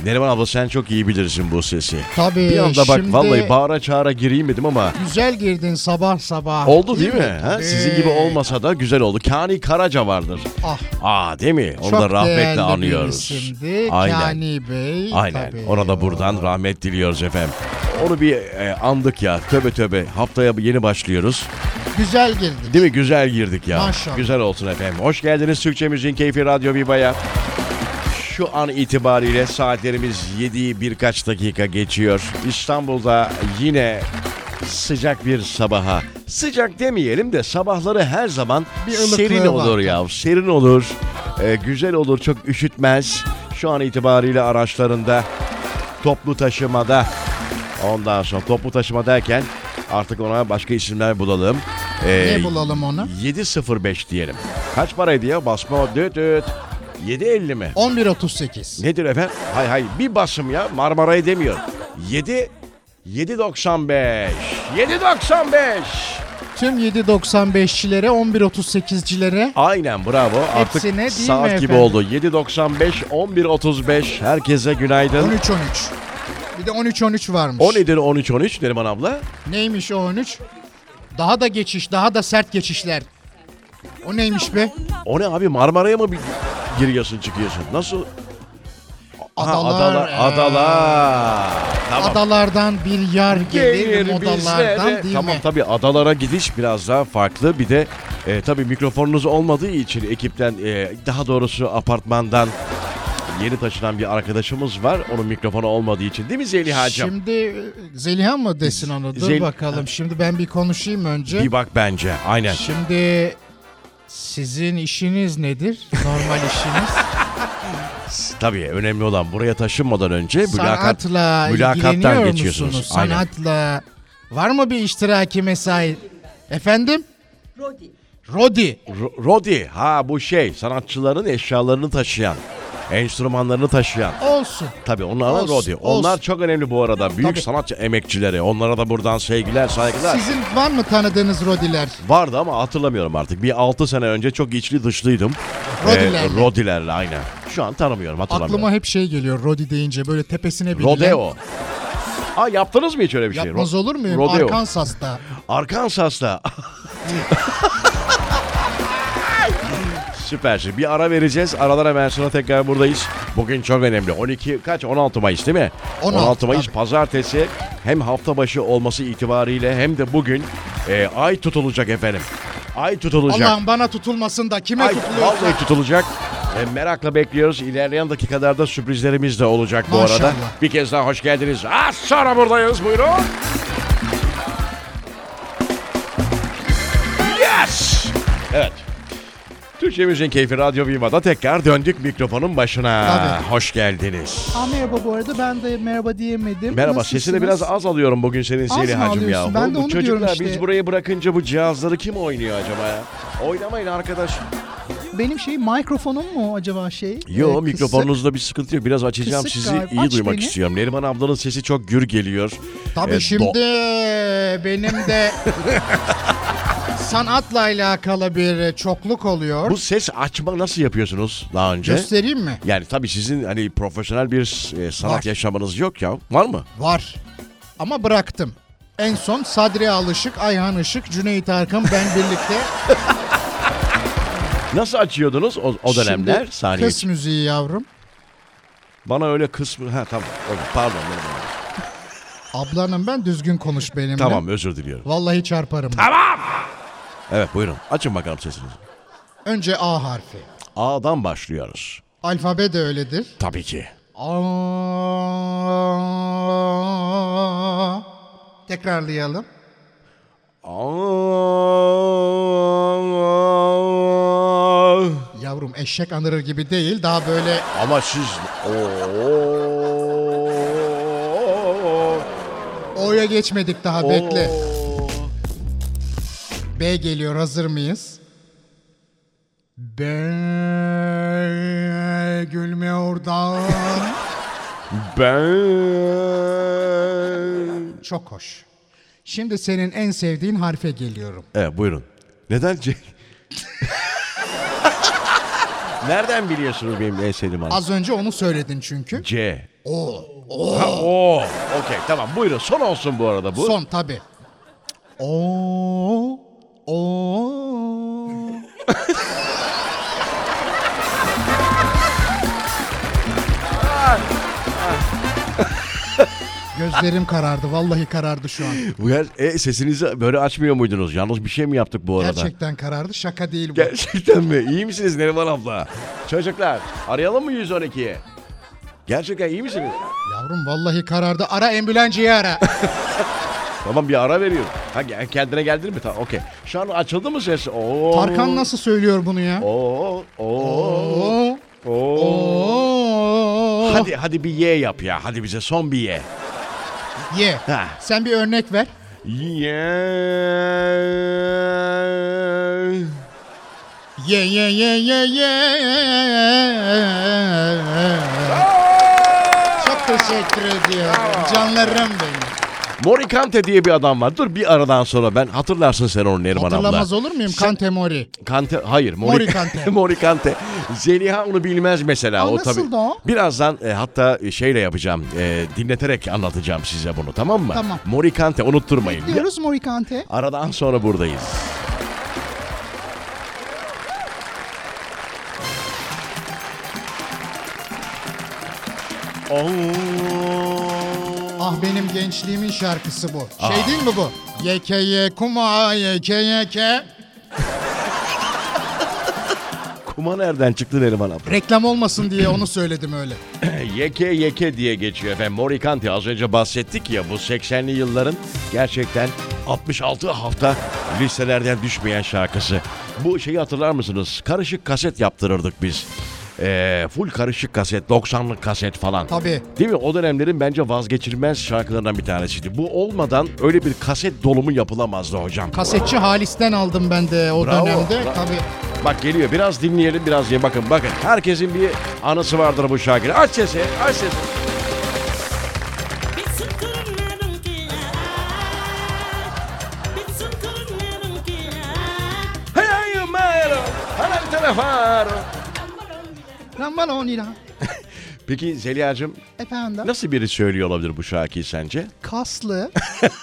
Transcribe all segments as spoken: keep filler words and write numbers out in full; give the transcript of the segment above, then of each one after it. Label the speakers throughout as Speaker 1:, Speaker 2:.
Speaker 1: Neriman abla sen çok iyi bilirsin bu sesi.
Speaker 2: Tabii.
Speaker 1: Bir anda bak
Speaker 2: şimdi
Speaker 1: vallahi bağıra çağıra gireyim dedim ama.
Speaker 2: Güzel girdin sabah sabah.
Speaker 1: Oldu değil, değil mi?
Speaker 2: mi?
Speaker 1: Ha? Sizin gibi olmasa da güzel oldu. Kani Karaca vardır.
Speaker 2: Ah.
Speaker 1: Aa değil mi? Onu
Speaker 2: çok
Speaker 1: da rahmetle anıyoruz.
Speaker 2: Şimdi
Speaker 1: Aynen.
Speaker 2: Kani Bey.
Speaker 1: Aynen.
Speaker 2: Tabii.
Speaker 1: Ona da buradan
Speaker 2: o.
Speaker 1: rahmet diliyoruz efendim. Onu bir e, andık ya. Töbe töbe. Haftaya yeni başlıyoruz.
Speaker 2: Güzel girdik.
Speaker 1: Değil mi? Güzel girdik ya.
Speaker 2: Maşallah.
Speaker 1: Güzel olsun efendim. Hoş geldiniz Türkçe Müziğin Keyfi Radyo Viva'ya. Şu an itibariyle saatlerimiz yediyi birkaç dakika geçiyor. İstanbul'da yine sıcak bir sabaha. Sıcak demeyelim de sabahları her zaman
Speaker 2: Bir
Speaker 1: serin
Speaker 2: ılıklığı
Speaker 1: olur
Speaker 2: var.
Speaker 1: ya. Serin olur. e, güzel olur. Çok üşütmez. Şu an itibariyle araçlarında, toplu taşımada, ondan sonra toplu taşıma derken artık ona başka isimler bulalım. E,
Speaker 2: Ne bulalım onu?
Speaker 1: yedi sıfır beş diyelim. Kaç paraydı ya? Basma düt düt. yedi elli mi?
Speaker 2: on bir otuz sekiz.
Speaker 1: Nedir efendim? Hay hay bir basım ya. Marmara'yı demiyor. yedi yedi doksan beş. yedi doksan beş.
Speaker 2: Tüm yedi doksan beşçilere, on bir otuz sekizcilere
Speaker 1: Aynen bravo. Artık
Speaker 2: hepsine değil mi
Speaker 1: saat gibi
Speaker 2: efendim?
Speaker 1: oldu. yedi doksan beş on bir otuz beş. Herkese günaydın.
Speaker 2: on üç on üç. Bir de on üç on üç varmış.
Speaker 1: O nedir on üç on üç Neriman abla?
Speaker 2: Neymiş o on üç? Daha da geçiş, daha da sert geçişler. O neymiş be?
Speaker 1: O ne abi, Marmara'ya mı bir giriyorsun çıkıyorsun? Nasıl? Ha,
Speaker 2: Adalar,
Speaker 1: adalar.
Speaker 2: ee.
Speaker 1: Adalar. Tamam.
Speaker 2: Adalardan bir yar gelir,
Speaker 1: Gelir
Speaker 2: modalardan
Speaker 1: bizlere.
Speaker 2: değil
Speaker 1: Tamam
Speaker 2: mi?
Speaker 1: tabii adalara gidiş biraz daha farklı. Bir de e, tabii mikrofonunuz olmadığı için ekipten e, daha doğrusu apartmandan yeni taşınan bir arkadaşımız var. Onun mikrofonu olmadığı için değil mi Zeliha'cığım?
Speaker 2: Şimdi e, Zeliha mı desin onu? Dur
Speaker 1: Zel-
Speaker 2: bakalım. Şimdi ben bir konuşayım önce.
Speaker 1: Bir bak bence aynen.
Speaker 2: Şimdi sizin işiniz nedir? Normal işiniz.
Speaker 1: Tabii önemli olan buraya taşınmadan önce mülakat,
Speaker 2: Sanatla
Speaker 1: mülakattan
Speaker 2: ilgileniyor
Speaker 1: geçiyorsunuz.
Speaker 2: musunuz?
Speaker 1: Aynen.
Speaker 2: Sanatla var mı bir iştiraki mesai? Efendim?
Speaker 3: Rodi.
Speaker 2: Rodi.
Speaker 1: Ro- Rodi ha bu şey sanatçıların eşyalarını taşıyan, enstrümanlarını taşıyan.
Speaker 2: Olsun.
Speaker 1: Tabii onlara
Speaker 2: Olsun,
Speaker 1: Rodi. Onlar
Speaker 2: olsun.
Speaker 1: çok önemli bu arada. Büyük
Speaker 2: Tabii.
Speaker 1: sanatçı emekçileri. Onlara da buradan sevgiler, saygılar.
Speaker 2: Sizin var mı tanıdığınız Rodiler?
Speaker 1: Vardı ama hatırlamıyorum artık. Bir altı sene önce çok içli dışlıydım.
Speaker 2: Rodilerle.
Speaker 1: Ee, Rodilerle aynen. Şu an tanımıyorum, hatırlamıyorum.
Speaker 2: Aklıma hep şey geliyor Rodi deyince, böyle tepesine binilen.
Speaker 1: Rodeo. Aa, yaptınız mı hiç öyle bir şey?
Speaker 2: Yapmaz
Speaker 1: Ro-
Speaker 2: olur muyum?
Speaker 1: Rodeo.
Speaker 2: Arkansas'ta.
Speaker 1: Arkansas'ta. Süpersin. Bir ara vereceğiz. Aradan hemen sonra tekrar buradayız. Bugün çok önemli. on iki kaç? on altı Mayıs değil mi?
Speaker 2: on altı,
Speaker 1: on altı Mayıs
Speaker 2: tabii.
Speaker 1: pazartesi. Hem hafta başı olması itibariyle hem de bugün e, ay tutulacak efendim. Ay tutulacak.
Speaker 2: Allah'ım bana tutulmasın da kime
Speaker 1: Ay,
Speaker 2: tutuluyorsa.
Speaker 1: vallahi tutulacak. E, merakla bekliyoruz. İlerleyen dakikalarda sürprizlerimiz de olacak bu
Speaker 2: Maşallah.
Speaker 1: arada. Bir kez daha hoş geldiniz. Az sonra buradayız. Buyurun. Yes! Evet. Türkçe Müziğin Keyfi Radyo Viva'da tekrar döndük mikrofonun başına.
Speaker 2: Tabii.
Speaker 1: Hoş geldiniz.
Speaker 4: Aa, merhaba bu arada, ben de merhaba diyemedim.
Speaker 1: Merhaba,
Speaker 4: Nasılsınız?
Speaker 1: sesini biraz az alıyorum bugün senin
Speaker 4: Az mı
Speaker 1: Zeliha'cığım ya.
Speaker 4: alıyorsun? Ben de
Speaker 1: Bu
Speaker 4: onu
Speaker 1: çocuklar
Speaker 4: diyorum işte.
Speaker 1: biz burayı bırakınca bu cihazları kim oynuyor acaba ya? Oynamayın arkadaş.
Speaker 4: Benim şey mikrofonum mu acaba şey?
Speaker 1: Yo
Speaker 4: Ee, kısık.
Speaker 1: mikrofonunuzda bir sıkıntı yok. Biraz açacağım,
Speaker 4: Kısık
Speaker 1: sizi
Speaker 4: galiba.
Speaker 1: iyi
Speaker 4: Aç
Speaker 1: duymak
Speaker 4: beni.
Speaker 1: istiyorum. Neriman ablanın sesi çok gür geliyor.
Speaker 2: Tabii
Speaker 1: Ee,
Speaker 2: şimdi
Speaker 1: do-
Speaker 2: benim de sanatla alakalı bir çokluk oluyor.
Speaker 1: Bu ses açma nasıl yapıyorsunuz daha önce?
Speaker 2: Göstereyim mi?
Speaker 1: Yani tabii sizin hani profesyonel bir e, sanat
Speaker 2: Var.
Speaker 1: yaşamınız yok ya. Var mı?
Speaker 2: Var. Ama bıraktım. En son Sadri Alışık, Ayhan Işık, Cüneyt Arkın, ben birlikte.
Speaker 1: Nasıl açıyordunuz o, o dönemler?
Speaker 2: Şimdi
Speaker 1: Saniye.
Speaker 2: kız müziği yavrum.
Speaker 1: Bana öyle kısmı... Ha tamam. Olur. Pardon. Neriman abla.
Speaker 2: Ablanım ben, düzgün konuş benimle.
Speaker 1: Tamam, özür diliyorum.
Speaker 2: Vallahi çarparım.
Speaker 1: Evet buyurun. Açın bakalım sesinizi.
Speaker 2: Önce A harfi.
Speaker 1: A'dan başlıyoruz.
Speaker 2: Alfabe de öyledir.
Speaker 1: Tabii ki.
Speaker 2: A. Tekrarlayalım.
Speaker 1: Aa.
Speaker 2: Yavrum eşek anırır gibi değil, daha böyle
Speaker 1: Ama siz... Oo.
Speaker 2: O'ya geçmedik daha, bekle.
Speaker 1: Oo.
Speaker 2: B geliyor, hazır mıyız? B, gülme oradan.
Speaker 1: Ben...
Speaker 2: Çok hoş. Şimdi senin en sevdiğin harfe geliyorum.
Speaker 1: Evet buyurun. Neden C? Nereden biliyorsunuz benim en sevdiğim harf?
Speaker 2: Az önce onu söyledin çünkü.
Speaker 1: C.
Speaker 2: O. O.
Speaker 1: Ha, o. Okey tamam buyurun. Son olsun bu arada bu.
Speaker 2: Son tabii. O. O. Gözlerim karardı. Vallahi karardı şu an.
Speaker 1: Bu yer, e, sesinizi böyle açmıyor muydunuz? Yalnız bir şey mi yaptık bu arada?
Speaker 2: Gerçekten karardı. Şaka değil bu.
Speaker 1: Gerçekten mi? İyi misiniz Neriman abla? Çocuklar arayalım mı yüz on ikiyi? Gerçekten iyi misiniz?
Speaker 2: Yavrum vallahi karardı. Ara ambulancıyı ara.
Speaker 1: Tamam bir ara veriyorum. Ha gel- kendine geldin mi? Tamam okey. Şu an açıldı mı ses? Oo.
Speaker 2: Tarkan nasıl söylüyor bunu ya?
Speaker 1: Oo. Oo.
Speaker 2: Oo.
Speaker 1: Oo.
Speaker 2: Oo.
Speaker 1: Hadi hadi bir ye yap ya. Hadi bize son bir ye.
Speaker 2: Ye.
Speaker 1: Ha.
Speaker 2: Sen bir örnek ver.
Speaker 1: Ye.
Speaker 2: Ye ye ye ye ye. Çok teşekkür ediyorum. Canlarım benim.
Speaker 1: Morikante diye bir adam var. Dur bir aradan sonra ben hatırlarsın sen onu Neriman abla.
Speaker 2: Hatırlamaz olur muyum?
Speaker 1: Sen-
Speaker 2: Kante Mori.
Speaker 1: Kante hayır Mori-
Speaker 2: Morikante.
Speaker 1: Morikante. Zeliha onu bilmez mesela.
Speaker 4: Aa,
Speaker 1: o
Speaker 4: nasıldı
Speaker 1: tabii.
Speaker 4: o?
Speaker 1: Birazdan e, hatta şeyle yapacağım. E, dinleterek anlatacağım size bunu tamam mı?
Speaker 4: Tamam.
Speaker 1: Morikante unutturmayın.
Speaker 4: Diyoruz Morikante.
Speaker 1: Aradan sonra buradayız. Oo.
Speaker 2: Ah benim gençliğimin şarkısı bu. Şey değil mi bu? Yekeye kuma yekeye ke.
Speaker 1: Kuma nereden çıktı Neriman abla?
Speaker 2: Reklam olmasın diye onu söyledim öyle.
Speaker 1: Yeke yeke diye geçiyor efendim. Morikante az önce bahsettik ya bu seksenli yılların gerçekten altmış altı hafta listelerden düşmeyen şarkısı. Bu şeyi hatırlar mısınız? Karışık kaset yaptırırdık biz. Ee, full karışık kaset, doksanlık kaset falan.
Speaker 2: Tabii.
Speaker 1: Değil mi? O dönemlerin bence vazgeçilmez şarkılarından bir tanesiydi. Bu olmadan öyle bir kaset dolumu yapılamazdı hocam.
Speaker 2: Kasetçi Halis'ten aldım ben de o
Speaker 1: Bravo,
Speaker 2: dönemde.
Speaker 1: bravo.
Speaker 2: Tabii.
Speaker 1: Bak geliyor. Biraz dinleyelim, biraz dinleyelim. Bakın, bakın. Herkesin bir anısı vardır bu şarkının. Aç sesi, aç sesi. Hey, mero, hala bir telefon.
Speaker 4: Rambalonina.
Speaker 1: Peki Zeliha'cığım
Speaker 4: Efendim.
Speaker 1: nasıl biri söylüyor olabilir bu şarkıyı sence?
Speaker 4: Kaslı.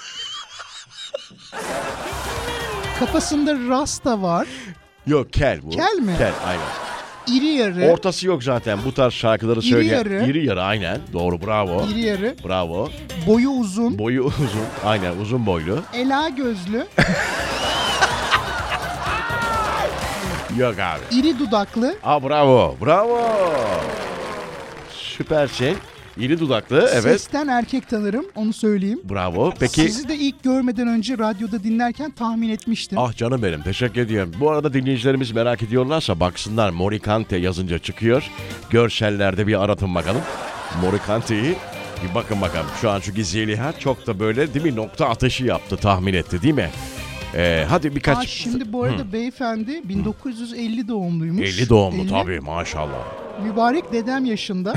Speaker 4: Kafasında rasta var.
Speaker 1: Yok kel bu.
Speaker 4: Kel mi?
Speaker 1: Kel aynen.
Speaker 4: İri yarı.
Speaker 1: Ortası yok zaten bu tarz şarkıları
Speaker 4: İri
Speaker 1: söyleyen.
Speaker 4: yarı.
Speaker 1: İri yarı aynen. Doğru bravo.
Speaker 4: İri yarı.
Speaker 1: Bravo.
Speaker 4: Boyu uzun.
Speaker 1: Boyu uzun. Aynen uzun boylu.
Speaker 4: Ela gözlü.
Speaker 1: Yok abi.
Speaker 4: İri dudaklı.
Speaker 1: Aa bravo. Bravo. Süpersin. İri dudaklı evet.
Speaker 4: Sesten erkek tanırım. Onu söyleyeyim.
Speaker 1: Bravo. Peki.
Speaker 4: Sizi de ilk görmeden önce radyoda dinlerken tahmin etmiştim.
Speaker 1: Ah canım benim teşekkür ediyorum. Bu arada dinleyicilerimiz merak ediyorlarsa baksınlar Morikante yazınca çıkıyor. Görsellerde bir aratın bakalım. Morikante'yi bir bakın bakalım. Şu an çünkü Zeliha çok da böyle değil mi nokta atışı yaptı tahmin etti değil mi? Ee, hadi birkaç...
Speaker 4: Aa, şimdi bu arada beyefendi bin dokuz yüz elli doğumluymuş.
Speaker 1: elli doğumlu
Speaker 4: elli.
Speaker 1: tabii maşallah.
Speaker 4: Mübarek dedem yaşında.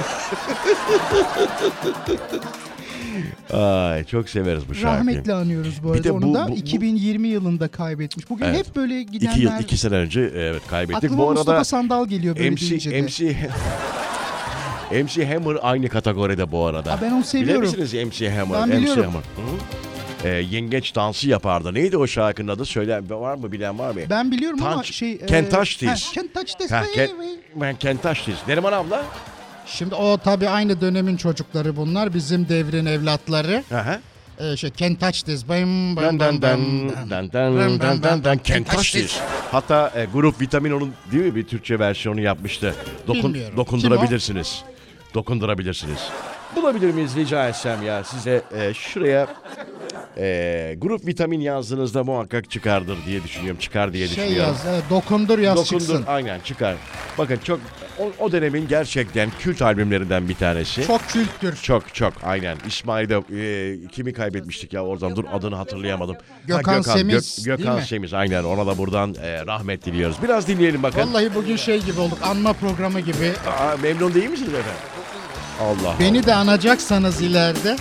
Speaker 1: Ay çok severiz bu şarkıyı.
Speaker 4: Rahmetli anıyoruz bu
Speaker 1: Bir
Speaker 4: arada.
Speaker 1: de
Speaker 4: Onu
Speaker 1: bu-
Speaker 4: da
Speaker 1: bu- bu-
Speaker 4: iki bin yirmi yılında kaybetmiş. Bugün
Speaker 1: Evet.
Speaker 4: hep böyle gidenler...
Speaker 1: İki yıl, iki sene önce evet kaybettik.
Speaker 4: Aklıma
Speaker 1: Bu
Speaker 4: Mustafa
Speaker 1: arada
Speaker 4: Sandal geliyor böyle
Speaker 1: M C,
Speaker 4: deyince de.
Speaker 1: M C, M C Hammer aynı kategoride bu arada.
Speaker 4: Aa, ben onu seviyorum.
Speaker 1: Bilir misiniz M C Hammer?
Speaker 4: Ben
Speaker 1: M C
Speaker 4: biliyorum.
Speaker 1: Hammer. Hı-hı. Ee, yengeç dansı yapardı. Neydi o şarkının adı? Söyleyen var mı bilen var mı?
Speaker 4: Ben biliyorum ama
Speaker 1: Tanç-
Speaker 4: şey...
Speaker 1: Can't
Speaker 4: e,
Speaker 1: touch this.
Speaker 4: ha, Can't touch this.
Speaker 1: Ha,
Speaker 4: Vay,
Speaker 1: Ken,
Speaker 4: vay.
Speaker 1: ben Can't touch this. Neriman abla?
Speaker 2: Şimdi o tabii aynı dönemin çocukları bunlar. Bizim devrin evlatları.
Speaker 1: Hı-hı.
Speaker 2: Ee, şey Can't touch this. Bım, bım,
Speaker 1: Dan dan
Speaker 2: bım,
Speaker 1: dan
Speaker 2: bım.
Speaker 1: dan dan dan dan dan Can't touch this. Hatta e, Grup Vitamin onun değil mi bir Türkçe versiyonu yapmıştı. Dokun,
Speaker 2: Bilmiyorum.
Speaker 1: dokundurabilirsiniz. Dokundurabilirsiniz. Bulabilir miyiz rica etsem ya size e, şuraya e, Grup Vitamin yazdığınızda muhakkak çıkardır diye düşünüyorum. Çıkar diye
Speaker 2: Şey
Speaker 1: düşünüyorum.
Speaker 2: yaz. Evet, dokundur yaz
Speaker 1: Dokundur
Speaker 2: çıksın.
Speaker 1: aynen çıkar. Bakın çok o, o dönemin gerçekten kült albümlerinden bir tanesi.
Speaker 2: Çok kültür.
Speaker 1: Çok çok aynen. İsmail'de e, kimi kaybetmiştik ya oradan dur adını hatırlayamadım.
Speaker 2: Gökhan Semiz,
Speaker 1: Gök-
Speaker 2: değil
Speaker 1: Gökhan
Speaker 2: mi?
Speaker 1: Semiz aynen ona da buradan e, rahmet diliyoruz. Biraz dinleyelim bakın.
Speaker 2: Vallahi bugün şey gibi olduk. Anma programı gibi.
Speaker 1: Aa, memnun değil misiniz efendim? Allah.
Speaker 2: Beni de anacaksanız ileride.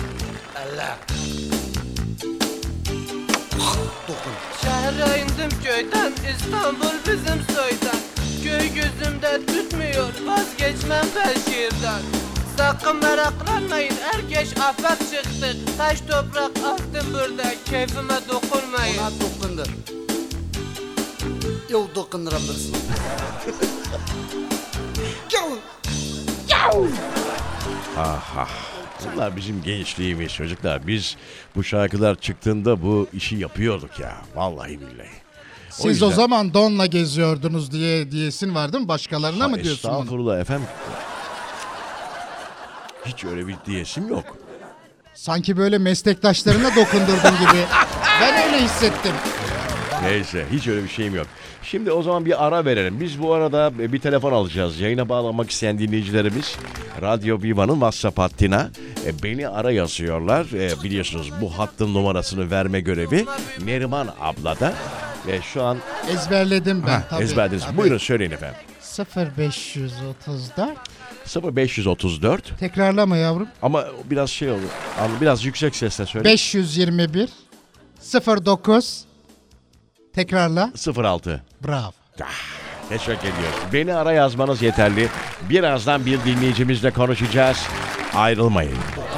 Speaker 3: Şehre indim köyden, İstanbul bizim soydan. Köy gözümde tutmuyor, vazgeçmem ben şiirden. Sakın meraklanmayın, herkes afak çıktı. Taş toprak attım burada, keyfime dokunmayın.
Speaker 5: Ona dokundur. Yok dokundurabilirsin.
Speaker 1: Aha. Bunlar bizim gençliğimiz çocuklar. Biz bu şarkılar çıktığında bu işi yapıyorduk ya. Vallahi billahi.
Speaker 2: Siz
Speaker 1: yüzden-
Speaker 2: o zaman donla geziyordunuz diye diyesin var değil mi? Başkalarına
Speaker 1: Ha,
Speaker 2: mı diyorsun bunu?
Speaker 1: Estağfurullah efendim. Hiç öyle bir diyesim yok.
Speaker 2: Sanki böyle meslektaşlarına dokundurdun gibi. Ben öyle hissettim.
Speaker 1: Neyse, hiç öyle bir şeyim yok. Şimdi o zaman bir ara verelim. Biz bu arada bir telefon alacağız. Yayına bağlamak isteyen dinleyicilerimiz Radyo Viva'nın WhatsApp hattına e, beni ara yazıyorlar. E, biliyorsunuz bu hattın numarasını verme görevi Neriman ablada. Ve şu an
Speaker 2: Ezberledim ben.
Speaker 1: ha,
Speaker 2: tabii,
Speaker 1: ezberlediniz.
Speaker 2: tabii.
Speaker 1: Buyurun söyleyin efendim.
Speaker 2: sıfır beş otuz dört.
Speaker 1: sıfır beş otuz dört
Speaker 2: Tekrarlama yavrum.
Speaker 1: ama biraz şey olur. Ama biraz yüksek sesle söyle.
Speaker 2: beş yüz yirmi bir sıfır dokuz. Tekrarla.
Speaker 1: sıfır altı.
Speaker 2: Bravo.
Speaker 1: Teşekkür ediyoruz. Beni ara yazmanız yeterli. Birazdan bir dinleyicimizle konuşacağız. Ayrılmayın.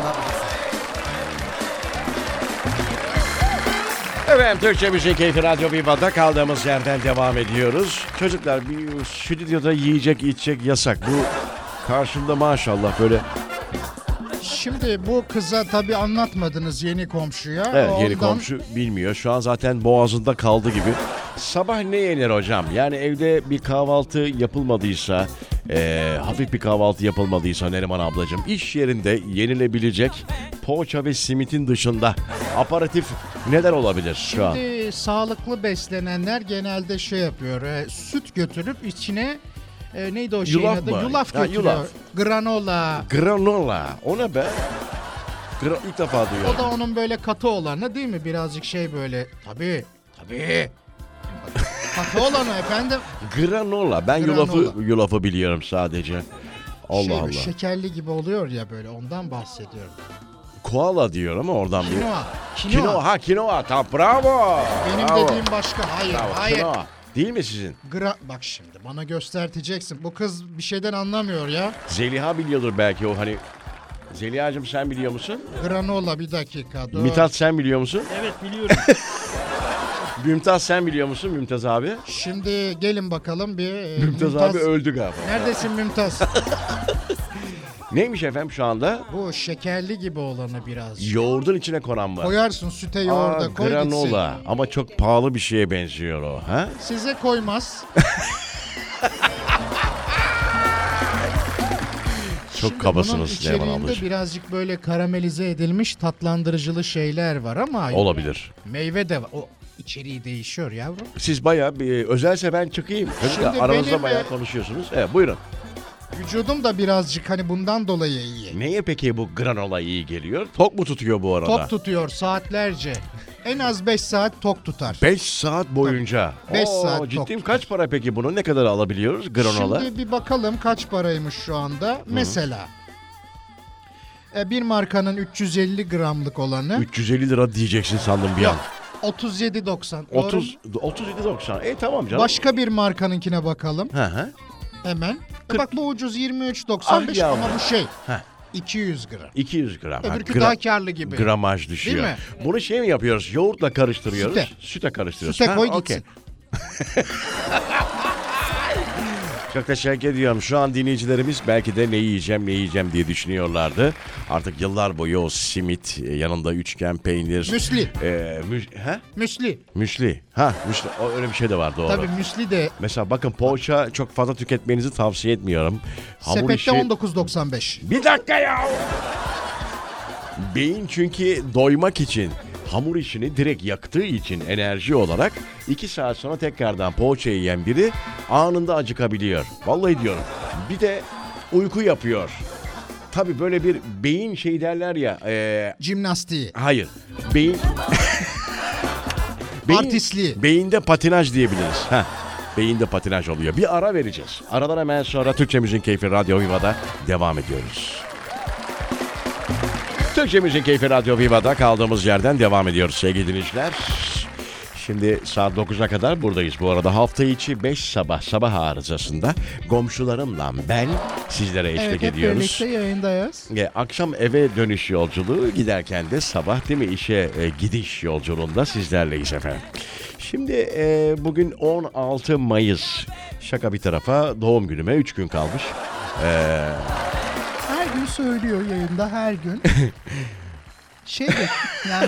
Speaker 1: Evet, Türkçe Müzik Keyfi Radyo Viva'da kaldığımız yerden devam ediyoruz. Çocuklar, bir stüdyoda yiyecek içecek yasak. Bu karşımda maşallah böyle.
Speaker 2: Şimdi bu kıza tabii anlatmadınız yeni komşuya.
Speaker 1: Evet, yeni
Speaker 2: Ondan-
Speaker 1: komşu bilmiyor. Şu an zaten boğazında kaldı gibi. Sabah ne yenir hocam? Yani evde bir kahvaltı yapılmadıysa, eee, hafif bir kahvaltı yapılmadıysa Neriman ablacığım, iş yerinde yenilebilecek poğaça ve simitin dışında aparatif neler olabilir şu an?
Speaker 2: Şimdi sağlıklı beslenenler genelde şey yapıyor. e, süt götürüp içine e, neydi o şeyin
Speaker 1: Yulaf
Speaker 2: adı?
Speaker 1: mı?
Speaker 2: Yulaf
Speaker 1: Ha,
Speaker 2: götürüyor.
Speaker 1: yulaf.
Speaker 2: Granola.
Speaker 1: Granola. O ne be? Gra- ilk defa duyuyorum.
Speaker 2: O da onun böyle katı olanı değil mi? Birazcık şey böyle. Tabii. Tabii. Katı olanı efendim.
Speaker 1: Granola. Ben
Speaker 2: Granola.
Speaker 1: yulafı yulafı biliyorum sadece. Allah
Speaker 2: şey,
Speaker 1: Allah.
Speaker 2: Şekerli gibi oluyor ya böyle. Ondan bahsediyorum.
Speaker 1: Koala diyor ama oradan bir.
Speaker 2: Kinoa. Kinoa.
Speaker 1: Kinoa. Ha kinoa. Tam bravo.
Speaker 2: Benim
Speaker 1: Bravo.
Speaker 2: dediğim başka. Hayır.
Speaker 1: Bravo.
Speaker 2: Hayır.
Speaker 1: Kinoa. Değil mi sizin?
Speaker 2: Gra Bak şimdi bana gösterteceksin. Bu kız bir şeyden anlamıyor ya.
Speaker 1: Zeliha biliyordur belki o hani. Zeliha'cığım sen biliyor musun?
Speaker 2: Granola bir dakika. Dur.
Speaker 1: Mithat sen biliyor musun?
Speaker 4: Evet biliyorum.
Speaker 1: Mümtaz sen biliyor musun Mümtaz abi?
Speaker 2: Şimdi gelin bakalım bir. e,
Speaker 1: Mümtaz, abi öldü galiba.
Speaker 2: Neredesin Mümtaz?
Speaker 1: Neymiş efendim şu anda?
Speaker 2: Bu şekerli gibi olanı biraz.
Speaker 1: Yoğurdun içine konan var.
Speaker 2: Koyarsın süte
Speaker 1: Aa,
Speaker 2: yoğurda koy gitsin.
Speaker 1: granola. Ama çok pahalı bir şeye benziyor o. Ha?
Speaker 2: Size koymaz.
Speaker 1: Çok
Speaker 2: Şimdi
Speaker 1: kabasınız
Speaker 2: bunun
Speaker 1: Neriman
Speaker 2: içeriğinde
Speaker 1: ablacığım.
Speaker 2: birazcık böyle karamelize edilmiş tatlandırıcılı şeyler var ama
Speaker 1: Olabilir.
Speaker 2: meyve de var. O içeriği değişiyor yavrum.
Speaker 1: Siz bayağı bir özelse ben çıkayım. Çocuklar
Speaker 2: Şimdi
Speaker 1: aranızda
Speaker 2: benim,
Speaker 1: bayağı
Speaker 2: e,
Speaker 1: konuşuyorsunuz. Evet buyurun.
Speaker 2: Vücudum da birazcık hani bundan dolayı iyi.
Speaker 1: Neye peki bu granola iyi geliyor? Tok mu tutuyor bu arada?
Speaker 2: Tok tutuyor saatlerce. En az beş saat tok tutar.
Speaker 1: beş saat boyunca.
Speaker 2: Beş
Speaker 1: Oo,
Speaker 2: saat
Speaker 1: Ciddi
Speaker 2: tok
Speaker 1: mi?
Speaker 2: tutar.
Speaker 1: Kaç para peki bunu? Ne kadar alabiliyoruz granola?
Speaker 2: Şimdi bir bakalım kaç paraymış şu anda. Mesela e, bir markanın üç yüz elli gramlık olanı
Speaker 1: üç yüz elli lira diyeceksin sandım bir an.
Speaker 2: otuz yedi doksan. Doğru.
Speaker 1: otuz otuz yedi doksan. E tamam canım.
Speaker 2: Başka bir markanınkine bakalım
Speaker 1: Hı hı.
Speaker 2: hemen. E, bak bu ucuz yirmi üç doksan beş
Speaker 1: Ah
Speaker 2: ama
Speaker 1: yavrum.
Speaker 2: bu şey
Speaker 1: Heh.
Speaker 2: iki yüz gram.
Speaker 1: iki yüz gram. Ha,
Speaker 2: Öbürkü
Speaker 1: gra-
Speaker 2: daha karlı gibi.
Speaker 1: Gramaj düşüyor.
Speaker 2: Değil mi?
Speaker 1: Bunu şey mi yapıyoruz? Yoğurtla karıştırıyoruz.
Speaker 2: Süte.
Speaker 1: Süte karıştırıyoruz.
Speaker 2: Süte
Speaker 1: Ha,
Speaker 2: koy
Speaker 1: okey.
Speaker 2: gitsin.
Speaker 1: Çok teşekkür ediyorum. Şu an dinleyicilerimiz belki de ne yiyeceğim ne yiyeceğim diye düşünüyorlardı. Artık yıllar boyu o simit, e, yanında üçgen peynir.
Speaker 2: Müsli.
Speaker 1: E, mü, he?
Speaker 2: Müsli.
Speaker 1: Müsli. Ha, müsli. O, öyle bir şey de var doğru.
Speaker 2: Tabii müsli de
Speaker 1: Mesela bakın poğaça çok fazla tüketmenizi tavsiye etmiyorum. Hamur
Speaker 2: sepette
Speaker 1: işi...
Speaker 2: on dokuz doksan beş.
Speaker 1: Bir dakika ya. Beyin çünkü doymak için hamur işini direkt yaktığı için enerji olarak iki saat sonra tekrardan poğaça yiyen biri anında acıkabiliyor. Vallahi diyorum. Bir de uyku yapıyor. Tabii böyle bir beyin şey derler ya. E,
Speaker 2: Jimnastiği.
Speaker 1: hayır. Beyin...
Speaker 2: Artistliği.
Speaker 1: Beyinde patinaj diyebiliriz. Heh. Beyinde patinaj oluyor. Bir ara vereceğiz. Aradan hemen sonra Türkçe Müzik Keyfi Radyo Viva'da devam ediyoruz. Türkçe Müzik Keyfi Radyo Viva'da kaldığımız yerden devam ediyoruz sevgili dinleyiciler. Şimdi saat dokuza kadar buradayız. Bu arada hafta içi beş sabah sabah arızasında komşularımla ben sizlere eşlik
Speaker 4: Evet, hep
Speaker 1: ediyoruz.
Speaker 4: birlikte yayındayız.
Speaker 1: E, akşam eve dönüş yolculuğu, giderken de sabah değil mi işe e, gidiş yolculuğunda sizlerleyiz efendim. Şimdi e, bugün on altı Mayıs. Şaka bir tarafa, doğum günüme üç gün kalmış. E,
Speaker 4: Her gün söylüyor yayında, her gün. Şey de yani...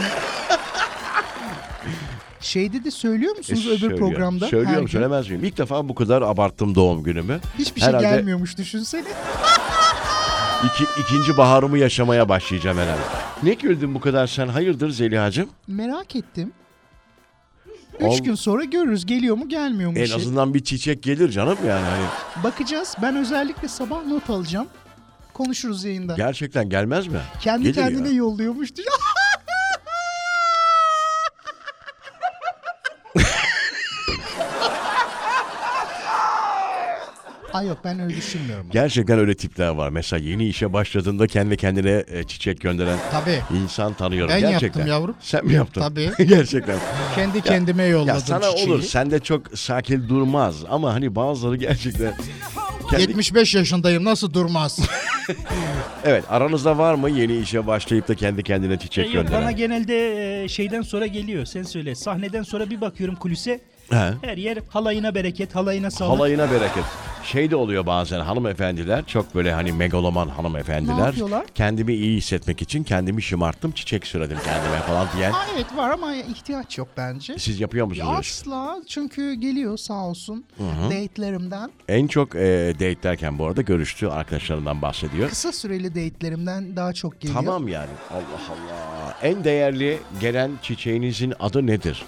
Speaker 4: Şeyde de söylüyor musunuz öbür
Speaker 1: söylüyorum.
Speaker 4: programda?
Speaker 1: Söylüyorum,
Speaker 4: Her gün.
Speaker 1: söylemez miyim? İlk defa bu kadar abarttım doğum günümü.
Speaker 4: Hiçbir şey
Speaker 1: Herhalde
Speaker 4: gelmiyormuş, düşünsene.
Speaker 1: iki, ikinci baharımı yaşamaya başlayacağım herhalde. Ne güldün bu kadar sen? Hayırdır Zeliha'cığım?
Speaker 4: Merak ettim. Üç
Speaker 1: Ol-
Speaker 4: gün sonra görürüz, geliyor mu gelmiyor mu
Speaker 1: En
Speaker 4: bir şey.
Speaker 1: azından bir çiçek gelir canım yani. Hani
Speaker 4: Bakacağız. Ben özellikle sabah not alacağım. Konuşuruz yayında.
Speaker 1: gerçekten gelmez mi?
Speaker 4: Kendi
Speaker 1: Gelir
Speaker 4: kendine
Speaker 1: ya.
Speaker 4: yolluyormuş. Ay yok, ben öyle düşünmüyorum.
Speaker 1: Gerçekten öyle tipler var. Mesela yeni işe başladığında kendi kendine e, çiçek gönderen
Speaker 2: Tabii.
Speaker 1: insan tanıyorum.
Speaker 2: Ben
Speaker 1: Gerçekten.
Speaker 2: yaptım yavrum.
Speaker 1: Sen mi yaptın?
Speaker 2: Tabii.
Speaker 1: Gerçekten.
Speaker 2: Kendi kendime yolladım
Speaker 1: Ya sana
Speaker 2: çiçeği.
Speaker 1: olur. Sende çok sakin durmaz. Ama hani bazıları gerçekten... Kendi...
Speaker 2: yetmiş beş yaşındayım, nasıl durmaz?
Speaker 1: Evet, aranızda var mı yeni işe başlayıp da kendi kendine çiçek
Speaker 5: Yok,
Speaker 1: gönderen?
Speaker 5: bana genelde e, şeyden sonra geliyor. Sen söyle. Sahneden sonra bir bakıyorum kulise.
Speaker 1: He.
Speaker 5: Her yer halayına bereket, halayına sağlık.
Speaker 1: Halayına bereket. Şey de oluyor bazen hanımefendiler, çok böyle hani megaloman
Speaker 4: Ne
Speaker 1: hanımefendiler.
Speaker 4: yapıyorlar?
Speaker 1: Kendimi iyi hissetmek için kendimi şımarttım, çiçek süredim kendime falan diyen.
Speaker 4: Aa, evet var ama ihtiyaç yok bence.
Speaker 1: Siz yapıyor musunuz? öyle şey?
Speaker 4: Asla, çünkü geliyor sağ olsun date'lerimden.
Speaker 1: En çok e, date derken bu arada görüştüğü arkadaşlarından bahsediyor.
Speaker 4: Kısa süreli date'lerimden daha çok geliyor.
Speaker 1: Tamam yani. Allah Allah. En değerli gelen çiçeğinizin adı nedir?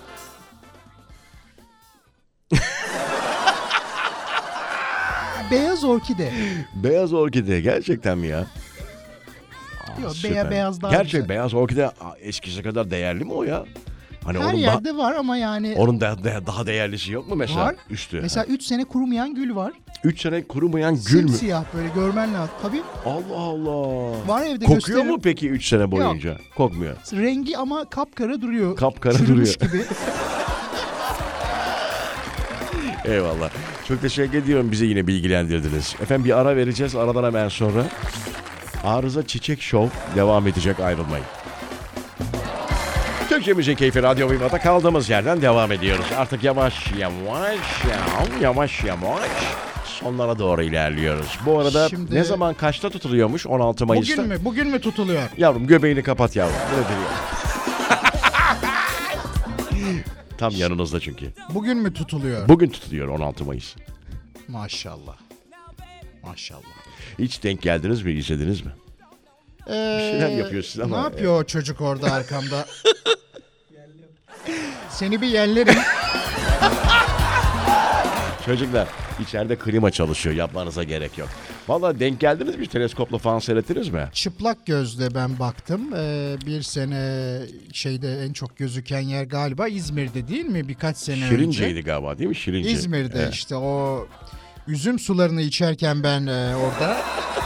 Speaker 4: Beyaz orkide.
Speaker 1: Beyaz orkide. Gerçekten mi ya? Aa,
Speaker 4: Yok,
Speaker 1: süper.
Speaker 4: beya- beyaz daha
Speaker 1: Gerçek
Speaker 4: güzel.
Speaker 1: beyaz orkide aa, eskisi kadar değerli mi o ya? Hani
Speaker 4: Her
Speaker 1: onun, da-
Speaker 4: yerde var ama yani
Speaker 1: onun da, da- daha değerlisi yok mu mesela?
Speaker 4: var.
Speaker 1: Üstü.
Speaker 4: Mesela üç sene kurumayan gül var.
Speaker 1: üç sene kurumayan gül mü?
Speaker 4: Simsiyah böyle, görmen lazım. Tabii
Speaker 1: Allah Allah.
Speaker 4: var evde,
Speaker 1: Kokuyor
Speaker 4: gösteririm.
Speaker 1: mu peki üç sene boyunca? Kokmuyor.
Speaker 4: Rengi ama kapkara duruyor.
Speaker 1: Kapkara
Speaker 4: Çürümüş
Speaker 1: duruyor.
Speaker 4: gibi.
Speaker 1: Eyvallah. Çok teşekkür ediyorum, bizi yine bilgilendirdiniz. Efendim bir ara vereceğiz. Aradan hemen sonra Arıza Çiçek Show devam edecek, ayrılmayın. Türkçe Müzik Keyfi Radyo Viva'da kaldığımız yerden devam ediyoruz. Artık yavaş yavaş yavaş yavaş sonlara doğru ilerliyoruz. Bu arada
Speaker 2: Şimdi-
Speaker 1: ne zaman kaçta tutuluyormuş? on altı Mayıs'ta.
Speaker 2: Bugün mü? Bugün mü tutuluyor?
Speaker 1: Yavrum göbeğini kapat yavrum. Bu nedir ya? Tam yanınızda çünkü.
Speaker 2: Bugün mü tutuluyor?
Speaker 1: Bugün tutuluyor on altı Mayıs.
Speaker 2: Maşallah. Maşallah.
Speaker 1: Hiç denk geldiniz mi, izlediniz mi?
Speaker 2: Ee,
Speaker 1: şeyler yapıyorsun ama-
Speaker 2: Ne yapıyor o çocuk orada arkamda? Seni bir yerlerim.
Speaker 1: Çocuklar içeride klima çalışıyor, yapmanıza gerek yok. Vallahi denk geldiniz mi, teleskopla falan seyrettiniz mi?
Speaker 2: Çıplak gözle ben baktım. Ee, bir sene şeyde en çok gözüken yer galiba İzmir'de değil mi? Birkaç sene
Speaker 1: Şirince'ydi
Speaker 2: önce.
Speaker 1: galiba değil mi? Şirince.
Speaker 2: İzmir'de
Speaker 1: Evet.
Speaker 2: işte o üzüm sularını içerken ben e, orada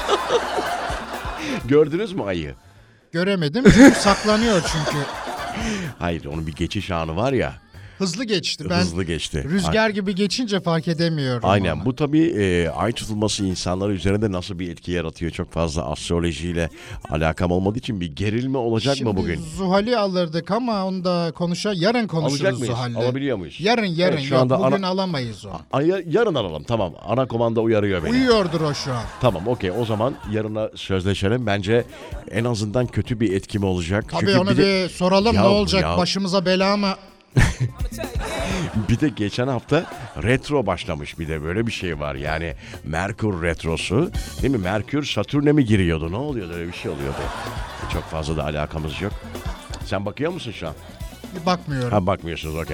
Speaker 1: Gördünüz mü ayı?
Speaker 2: göremedim. Çünkü saklanıyor çünkü.
Speaker 1: Hayır, onun bir geçiş anı var ya.
Speaker 2: Hızlı geçti. Ben
Speaker 1: Hızlı geçti.
Speaker 2: rüzgar gibi geçince fark edemiyorum.
Speaker 1: Aynen.
Speaker 2: ama.
Speaker 1: Bu tabii e, ay tutulması insanlar üzerinde nasıl bir etki yaratıyor? Çok fazla astrolojiyle alakam olmadığı için bir gerilme olacak
Speaker 2: Şimdi
Speaker 1: mı bugün?
Speaker 2: Zuhal'i alırdık ama onu da konuşa yarın konuşuruz
Speaker 1: Alacak mıyız?
Speaker 2: Zuhal'le.
Speaker 1: Alabiliyor muyuz?
Speaker 2: Yarın yarın
Speaker 1: Evet, şu
Speaker 2: yok.
Speaker 1: anda
Speaker 2: Bugün
Speaker 1: ana-
Speaker 2: alamayız onu.
Speaker 1: Ay, yarın alalım, tamam. Ana komanda uyarıyor beni.
Speaker 2: Uyuyordur o şu an.
Speaker 1: Tamam, okey. O zaman yarına sözleşelim. Bence en azından kötü bir etkimi olacak.
Speaker 2: Tabii
Speaker 1: Çünkü
Speaker 2: onu bir,
Speaker 1: bir de,
Speaker 2: soralım
Speaker 1: Ya-
Speaker 2: ne olacak
Speaker 1: ya-
Speaker 2: başımıza bela mı?
Speaker 1: bir de geçen hafta retro başlamış, bir de böyle bir şey var. Yani Merkür retrosu, değil mi? Merkür Satürn'e mi giriyordu? Ne oluyordu? Öyle bir şey oluyordu. Çok fazla da alakamız yok. Sen bakıyor musun şu an?
Speaker 2: Bir bakmıyorum.
Speaker 1: Ha, bakmıyorsunuz, okey.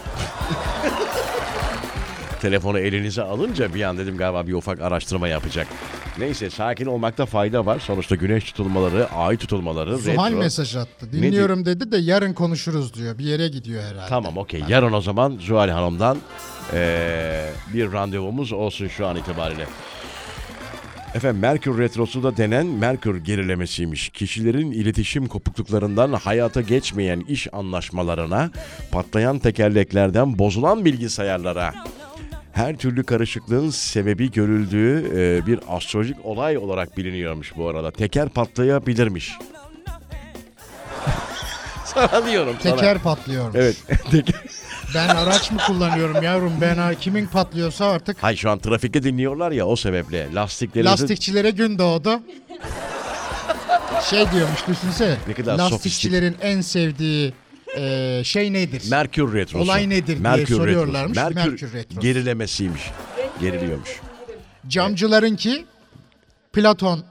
Speaker 1: Telefonu elinize alınca bir an dedim galiba bir ufak araştırma yapacak. Neyse, sakin olmakta fayda var. Sonuçta güneş tutulmaları, ay tutulmaları,
Speaker 2: Zuhal
Speaker 1: retro.
Speaker 2: mesaj attı. Dinliyorum dedi de yarın konuşuruz diyor. Bir yere gidiyor herhalde.
Speaker 1: Tamam, okey. Yarın o zaman Zuhal Hanım'dan eee, bir randevumuz olsun şu an itibariyle. Efendim Merkür Retrosu da denen Merkür gerilemesiymiş. Kişilerin iletişim kopukluklarından hayata geçmeyen iş anlaşmalarına, patlayan tekerleklerden bozulan bilgisayarlara, her türlü karışıklığın sebebi görüldüğü e, bir astrolojik olay olarak biliniyormuş bu arada. Teker patlayabilirmiş. Sana diyorum sana.
Speaker 2: Teker patlıyormuş.
Speaker 1: Evet. Teker.
Speaker 2: Ben araç mı kullanıyorum yavrum? Ben ha- kimin patlıyorsa artık.
Speaker 1: Hayır şu an trafikte dinliyorlar ya o sebeple. Lastiklerinizi...
Speaker 2: Lastikçilere gün doğdu. Şey diyormuş düşünsene.
Speaker 1: Ne kadar
Speaker 2: lastikçilerin en sevdiği e, şey nedir?
Speaker 1: Merkür Retrosu.
Speaker 2: Olay nedir diye soruyorlarmış.
Speaker 1: Merkür,
Speaker 2: Merkür Retrosu.
Speaker 1: gerilemesiymiş. Geriliyormuş.
Speaker 2: Camcılarınki Platon.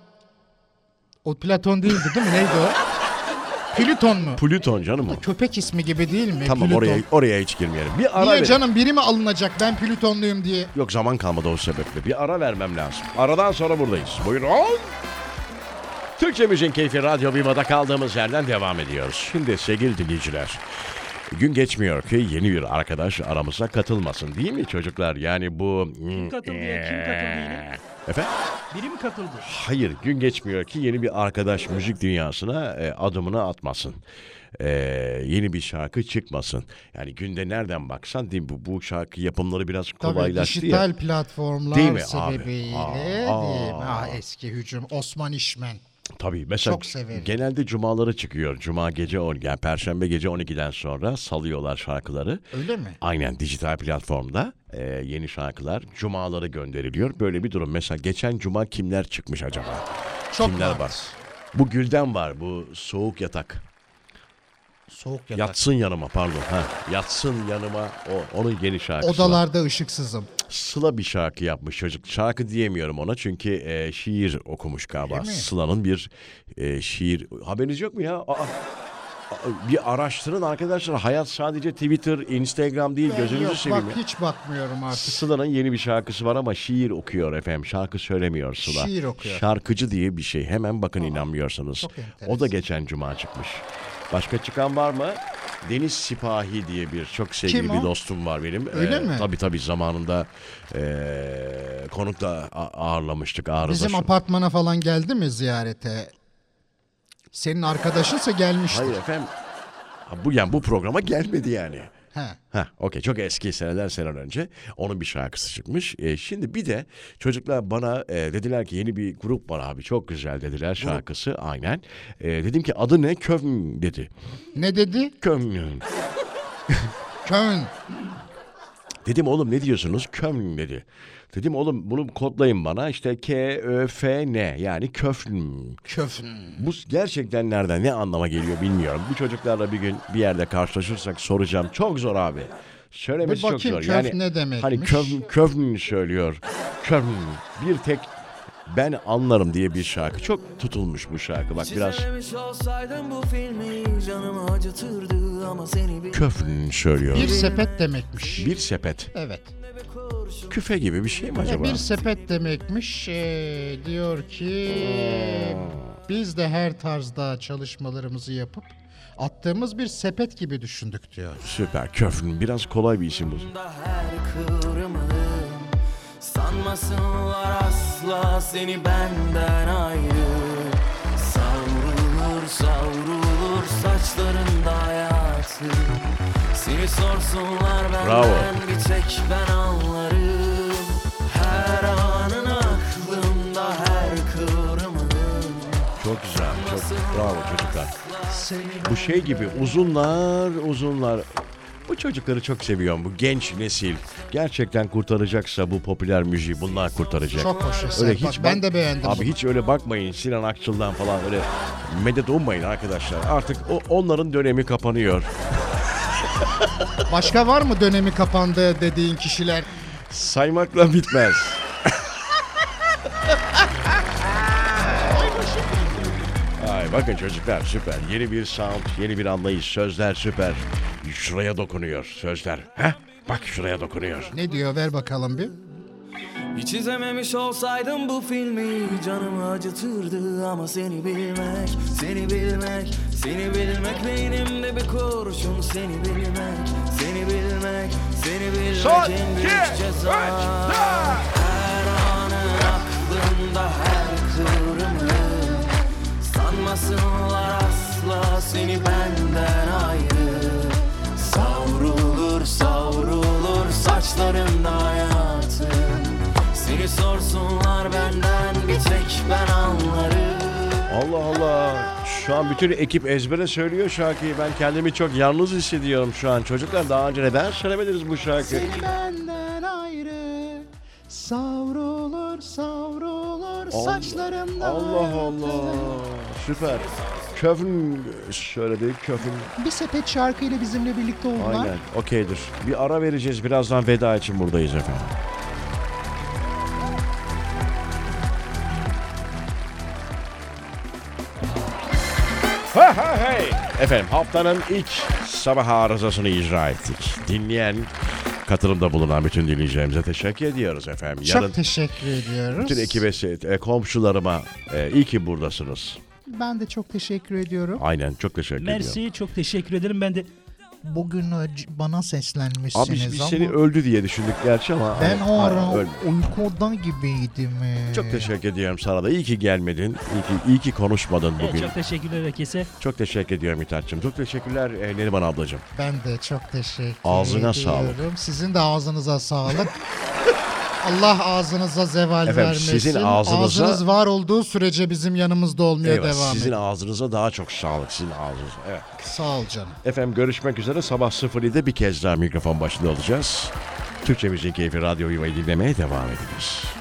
Speaker 2: O Platon değildi değil mi? Neydi o? Plüton mu?
Speaker 1: Plüton canım o.
Speaker 2: Köpek ismi gibi değil mi?
Speaker 1: Tamam
Speaker 2: Plüton.
Speaker 1: oraya oraya hiç girmeyelim. Bir ara
Speaker 2: Niye
Speaker 1: verin.
Speaker 2: canım biri mi alınacak ben Plütonluyum diye?
Speaker 1: Yok zaman kalmadı o sebeple. Bir ara vermem lazım. Aradan sonra buradayız. Buyurun. Türkçe Müziğin Keyfi Radyo Viva'da kaldığımız yerden devam ediyoruz. Şimdi sevgili dinleyiciler. Gün geçmiyor ki yeni bir arkadaş aramıza katılmasın değil mi çocuklar? Yani bu...
Speaker 5: Kim katıldı ya? Kim katıldı yine?
Speaker 1: Efendim?
Speaker 5: Biri mi katıldı?
Speaker 1: Hayır, gün geçmiyor ki yeni bir arkadaş müzik dünyasına e, adımını atmasın. E, yeni bir şarkı çıkmasın. Yani günde nereden baksan değil mi? Bu, bu şarkı yapımları biraz
Speaker 2: Tabii
Speaker 1: kolaylaştı
Speaker 2: dijital
Speaker 1: ya.
Speaker 2: platformlar
Speaker 1: Değil mi abi?
Speaker 2: sebebiyle
Speaker 1: Aa,
Speaker 2: değil mi?
Speaker 1: aa.
Speaker 2: Ah, eski hücum Osman İşmen.
Speaker 1: Tabii mesela
Speaker 2: Çok severim.
Speaker 1: genelde cumaları çıkıyor. Cuma gece on, yani perşembe gece on ikiden sonra salıyorlar şarkıları.
Speaker 2: Öyle mi?
Speaker 1: Aynen dijital platformda e, yeni şarkılar cumaları gönderiliyor. Böyle bir durum. Mesela geçen cuma kimler çıkmış acaba?
Speaker 2: Çok
Speaker 1: Kimler
Speaker 2: var.
Speaker 1: var? Bu Gül'den var. Bu Soğuk Yatak.
Speaker 2: Soğuk yatak.
Speaker 1: Yatsın yanıma pardon. Ha, yatsın yanıma o onun yeni şarkısı.
Speaker 2: Odalarda ışıksızım.
Speaker 1: Sıla bir şarkı yapmış çocuk. Şarkı diyemiyorum ona çünkü e, şiir okumuş galiba.
Speaker 2: Öyle mi?
Speaker 1: Sıla'nın bir e, şiir. Haberiniz yok mu ya? Aa, aa, bir araştırın arkadaşlar. Hayat sadece Twitter, Instagram değil. Gözünüzü
Speaker 2: Yok
Speaker 1: seveyim.
Speaker 2: bak
Speaker 1: ya.
Speaker 2: hiç bakmıyorum artık.
Speaker 1: Sıla'nın yeni bir şarkısı var ama şiir okuyor efendim. Şarkı söylemiyor Sıla.
Speaker 2: Şiir okuyor.
Speaker 1: Şarkıcı diye bir şey. Hemen bakın inanmıyorsanız.
Speaker 2: çok enteresan.
Speaker 1: O da geçen cuma çıkmış. Başka çıkan var mı? Deniz Sipahi diye bir çok sevgili
Speaker 2: Kim
Speaker 1: bir
Speaker 2: o?
Speaker 1: dostum var benim.
Speaker 2: Öyle mi?
Speaker 1: Tabii tabii zamanında e, konukta a- ağırlamıştık. Ağrıda
Speaker 2: Bizim
Speaker 1: şu-
Speaker 2: apartmana falan geldi mi ziyarete? Senin arkadaşınsa gelmiştir.
Speaker 1: Hayır efendim. Ha, bu yani bu programa gelmedi yani.
Speaker 2: He.
Speaker 1: Ha, okey çok eski seneler seneler önce onun bir şarkısı çıkmış. E, şimdi bir de çocuklar bana e, dediler ki yeni bir grup var abi çok güzel dediler şarkısı aynen. E, dedim ki adı ne? Kövn dedi.
Speaker 2: Ne dedi?
Speaker 1: Kövn.
Speaker 2: Köln.
Speaker 1: Dedim oğlum ne diyorsunuz? Kövn dedi. Dedim oğlum bunu kodlayın bana işte K Ö F N yani köfn.
Speaker 2: Köfn.
Speaker 1: Bu gerçekten nereden ne anlama geliyor bilmiyorum. Bu çocuklarla bir gün bir yerde karşılaşırsak soracağım. Çok zor abi. Söylemesi
Speaker 2: Bir
Speaker 1: çok
Speaker 2: bakayım,
Speaker 1: zor.
Speaker 2: köfn
Speaker 1: Yani
Speaker 2: ne demekmiş?
Speaker 1: hani köfn, köfn söylüyor. Köfn. Bir tek ben anlarım diye bir şarkı. Çok tutulmuş bu şarkı. Bak biraz
Speaker 6: Çizememiş olsaydım bu filmi canımı acıtırdı ama seni bir
Speaker 1: köfn söylüyor.
Speaker 2: Bir
Speaker 1: Bir,
Speaker 2: sepet demekmiş.
Speaker 1: sepet.
Speaker 2: Evet.
Speaker 1: Küfe gibi bir şey mi
Speaker 2: Ya
Speaker 1: acaba?
Speaker 2: bir sepet demekmiş. Ee, diyor ki biz de her tarzda çalışmalarımızı yapıp attığımız bir sepet gibi düşündük diyor.
Speaker 1: Süper. Köfn. Biraz kolay bir isim bu.
Speaker 6: da her kıvrımım sanmasınlar asla seni benden ayrı. Savrulur savrulur saçlarında hayatı. Seni sorsunlar benden
Speaker 1: Bravo.
Speaker 6: bir tek ben anlarım. Her anın aklımda her kıvrımım.
Speaker 1: Çok güzel. Çok bravo çocuklar. Bu şey gibi uzunlar uzunlar. Bu çocukları çok seviyorum. Bu genç nesil. Gerçekten kurtaracaksa bu popüler müziği bunlar kurtaracak.
Speaker 2: Çok hoş eser.
Speaker 1: Öyle
Speaker 2: Bak,
Speaker 1: hiç
Speaker 2: ben
Speaker 1: bak-
Speaker 2: de beğendim
Speaker 1: Abi
Speaker 2: bunu.
Speaker 1: hiç öyle bakmayın Sinan Akçıl'dan falan öyle medet ummayın arkadaşlar. Artık o onların dönemi kapanıyor.
Speaker 2: Başka var mı dönemi kapandı dediğin kişiler?
Speaker 1: Saymakla bitmez. Ay bakın çocuklar süper. Yeni bir sound, yeni bir anlayış. Sözler süper. Şuraya dokunuyor sözler. Heh? Bak şuraya dokunuyor.
Speaker 2: Ne diyor ver bakalım bir.
Speaker 6: Hiç izlememiş olsaydım bu filmi canımı acıtırdı ama seni bilmek, seni bilmek, seni bilmek beynimde bir kurşun seni bilmek, seni bilmek, seni bilmek
Speaker 1: Son,
Speaker 6: en büyük
Speaker 1: iki,
Speaker 6: ceza.
Speaker 1: üç, dört.
Speaker 6: Her anın aklımda saçlarımda her kıvrımı. Sanmasınlar asla seni benden ayrı. Savrulur savrulur saçlarında hayatım. Seni sorsunlar benden bir tek ben anlarım.
Speaker 1: Allah Allah. Şu an bütün ekip ezbere söylüyor şarkıyı. Ben kendimi çok yalnız hissediyorum şu an. Çocuklar daha önce neden söylemediniz bu şarkıyı?
Speaker 2: Seni benden ayrı savrulur savrulur
Speaker 1: Allah-
Speaker 2: saçlarımda
Speaker 1: Allah
Speaker 2: hayatım.
Speaker 1: Allah. Süper. Köfün söyledi. Köfün.
Speaker 2: Bir sepet şarkıyla bizimle birlikte oldular.
Speaker 1: Aynen. Okeydir. Bir ara vereceğiz. Birazdan veda için buradayız efendim. Ha ha hey. Efendim haftanın ilk sabah arızasını icra ettik. Dinleyen, katılımda bulunan bütün dinleyicilerimize teşekkür ediyoruz efendim.
Speaker 2: Çok teşekkür ediyoruz.
Speaker 1: bütün ekibe, e, komşularıma e, iyi ki buradasınız.
Speaker 2: Ben de çok teşekkür ediyorum.
Speaker 1: Aynen çok teşekkür ediyorum.
Speaker 5: Mersi, çok teşekkür ederim. Ben de
Speaker 2: Bugün ac- bana seslenmişsiniz
Speaker 1: Abi biz, biz
Speaker 2: ama
Speaker 1: seni öldü diye düşündük gerçi ama.
Speaker 2: ben o
Speaker 1: Aynen,
Speaker 2: ara
Speaker 1: öyle.
Speaker 2: uykuda gibiydim. ee.
Speaker 1: Çok teşekkür ediyorum sana da. İyi ki gelmedin. İyi ki, iyi ki konuşmadın
Speaker 5: Evet,
Speaker 1: bugün.
Speaker 5: çok teşekkürler herkese.
Speaker 1: Çok teşekkür ediyorum Mithat'cığım. Çok teşekkürler e, Neriman ablacığım.
Speaker 2: Ben de çok teşekkür
Speaker 1: Ağzına
Speaker 2: ediyorum.
Speaker 1: sağlık.
Speaker 2: Sizin de ağzınıza sağlık. Allah ağzınıza zeval
Speaker 1: Efendim,
Speaker 2: vermesin.
Speaker 1: sizin ağzınıza-
Speaker 2: Ağzınız var olduğu sürece bizim yanımızda olmaya
Speaker 1: Evet,
Speaker 2: devam
Speaker 1: sizin
Speaker 2: edin.
Speaker 1: ağzınıza daha çok sağlık. Sizin ağzınıza. Evet.
Speaker 2: Sağ ol canım.
Speaker 1: Efendim görüşmek üzere. Sabah sıfır yedide bir kez daha mikrofon başında olacağız. Türkçe Müziğin Keyfi Radyo Viva'yı dinlemeye devam ediniz.